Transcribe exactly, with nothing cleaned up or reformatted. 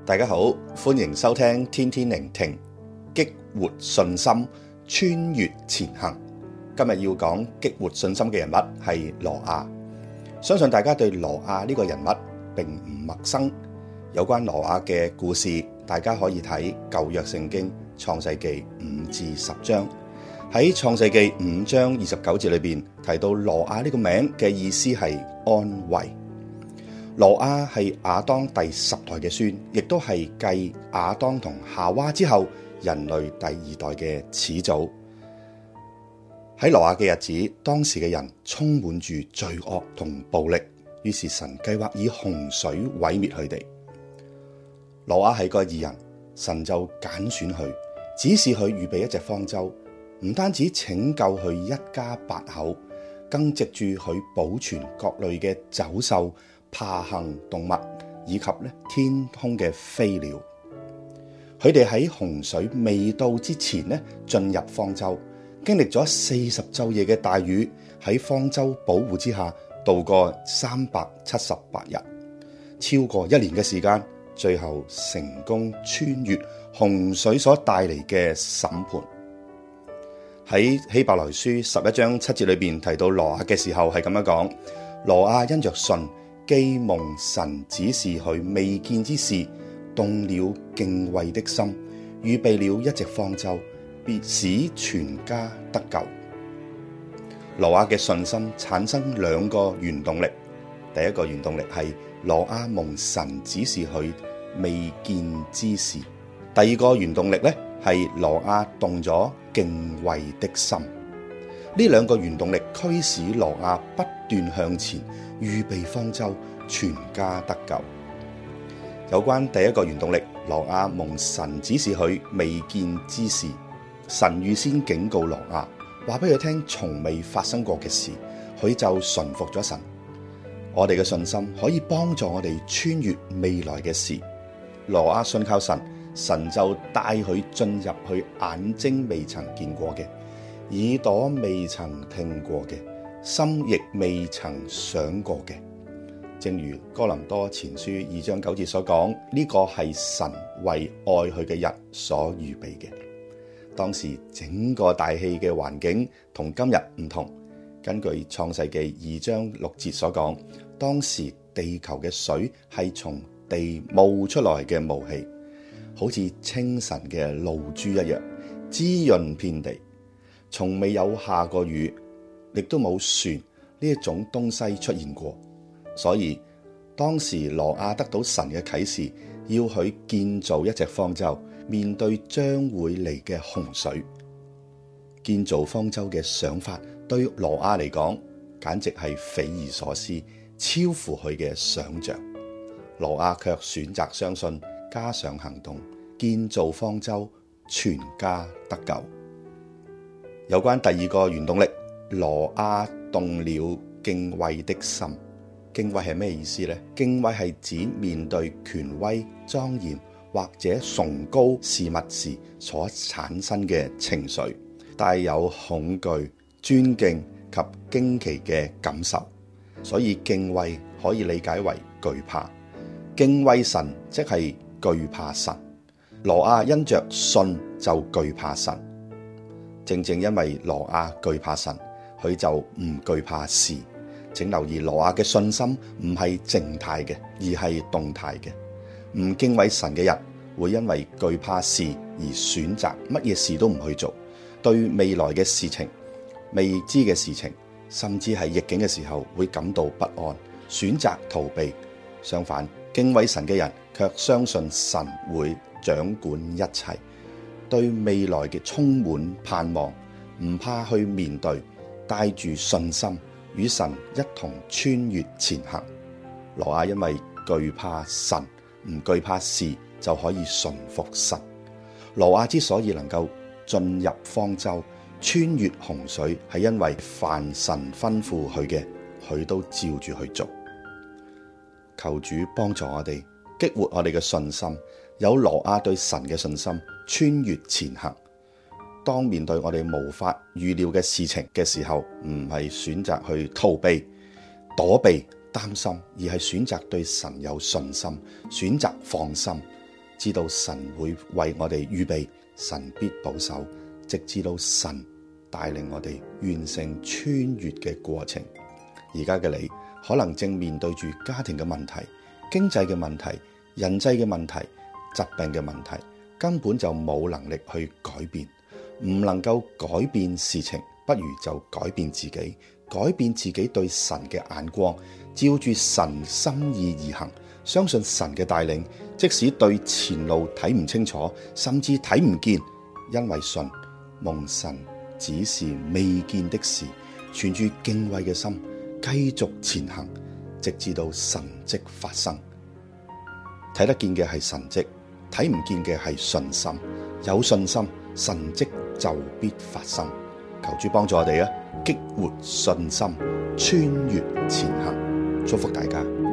大家好，歡迎收聽天天聆聽，激活信心，穿越前行。今日要講激活信心嘅人物係挪亞。相信大家對挪亞呢個人物並唔陌生。有關挪亞嘅故事，大家可以睇舊約聖經創世記五至十章。喺創世記五章二十九節裏邊提到挪亞呢個名嘅意思係安慰。挪亞係亞當第十代嘅孫，亦都係繼亞當同夏娃之後人類第二代嘅始祖。喺挪亞嘅日子，當時嘅人充滿住罪惡同暴力，於是神計劃以洪水毀滅佢哋。挪亞係個義人，神就揀選佢，指示佢預備一隻方舟，唔單止拯救佢一家八口，更藉住佢保存各類嘅走獸、爬行動物以及咧天空嘅飛鳥。佢哋喺洪水未到之前咧進入方舟，經歷咗四十晝夜嘅大雨，喺方舟保護之下度過三百七十八日，超過一年嘅時間，最後成功穿越洪水所帶嚟嘅審判。喺希伯來書十一章七節裏邊提到挪亞嘅時候係咁樣講：挪亞因着信，既蒙神指示佢未見之事，動了敬畏的心，預備了一隻方舟，必使全家得救。挪亞嘅信心產生兩個原動力，第一個原動力係挪亞蒙神指示佢未見之事，第二個原動力咧係挪亞動咗敬畏的心。呢兩個原動力驅使挪亞不斷向前，預備方舟，全家得救。有關第一個原動力，挪亞蒙神指示佢未見之事，神預先警告挪亞，話俾佢聽從未發生過嘅事，佢就順服咗神。我哋嘅信心可以幫助我哋穿越未來嘅事。挪亞信靠神，神就帶佢進入佢眼睛未曾見過嘅，耳朵未曾聽過嘅，心亦未曾想過嘅。正如哥林多前書二章九節所講，呢個係神為愛佢嘅人所預備嘅。當時整個大氣嘅環境同今日唔同。根據創世記二章六節所講，當時地球嘅水係從地冒出來嘅霧氣，好似清晨嘅露珠一樣，滋潤遍地。從未有下過雨，亦都冇船呢一種東西出現過。所以當時挪亞得到神嘅啟示，要佢建造一隻方舟，面對將會嚟嘅洪水。建造方舟嘅想法對挪亞嚟講簡直係匪夷所思，超乎佢嘅想象。挪亞卻選擇相信，加上行動，建造方舟，全家得救。有關第二個原動力，挪亞動了敬畏的心。敬畏係咩意思呢？敬畏係指面對權威、莊嚴或者崇高事物時所產生嘅情緒，帶有恐懼、尊敬及驚奇嘅感受。所以敬畏可以理解為懼怕。敬畏神即係懼怕神。挪亞因着信就懼怕神。正正因為挪亞懼怕神，佢就唔懼怕事。請留意，挪亞嘅信心唔係靜態嘅，而係動態嘅。唔敬畏神嘅人會因為懼怕事而選擇乜嘢事都唔去做，對未來嘅事情、未知嘅事情，甚至係逆境嘅時候會感到不安，選擇逃避。相反，敬畏神嘅人卻相信神會掌管一切，對未來嘅充滿盼望，唔怕去面對，帶住信心與神一同穿越前行。挪亞因為懼怕神，唔懼怕事，就可以順服神。挪亞之所以能夠進入方舟，穿越洪水，係因為凡神吩咐佢嘅，佢都照住去做。求主幫助我哋，激活我哋嘅信心，有挪亞對神嘅信心，穿越前行。當面對我哋無法預料嘅事情嘅時候，唔係選擇去逃避、躲避、擔心，而係選擇對神有信心，選擇放心， 知道神會為我哋預備，神必保守，直至到神帶領我哋完成穿越嘅過程。而家嘅你可能正面對住家庭嘅問題、經濟嘅問題、人際嘅問題、疾病嘅問題，根本就冇能力去改變，唔能夠改變事情，不如就改變自己，改變自己對神嘅眼光，照住神心意而行，相信神嘅帶領，即使對前路睇唔清楚，甚至睇唔見，因為信，蒙神指示未見的事，存住敬畏嘅心，繼續前行，直至到神蹟發生。睇得見嘅係神蹟，睇唔見嘅係信心。有信心，神蹟就必發生。求主幫助我哋啊，激活信心，穿越前行。祝福大家。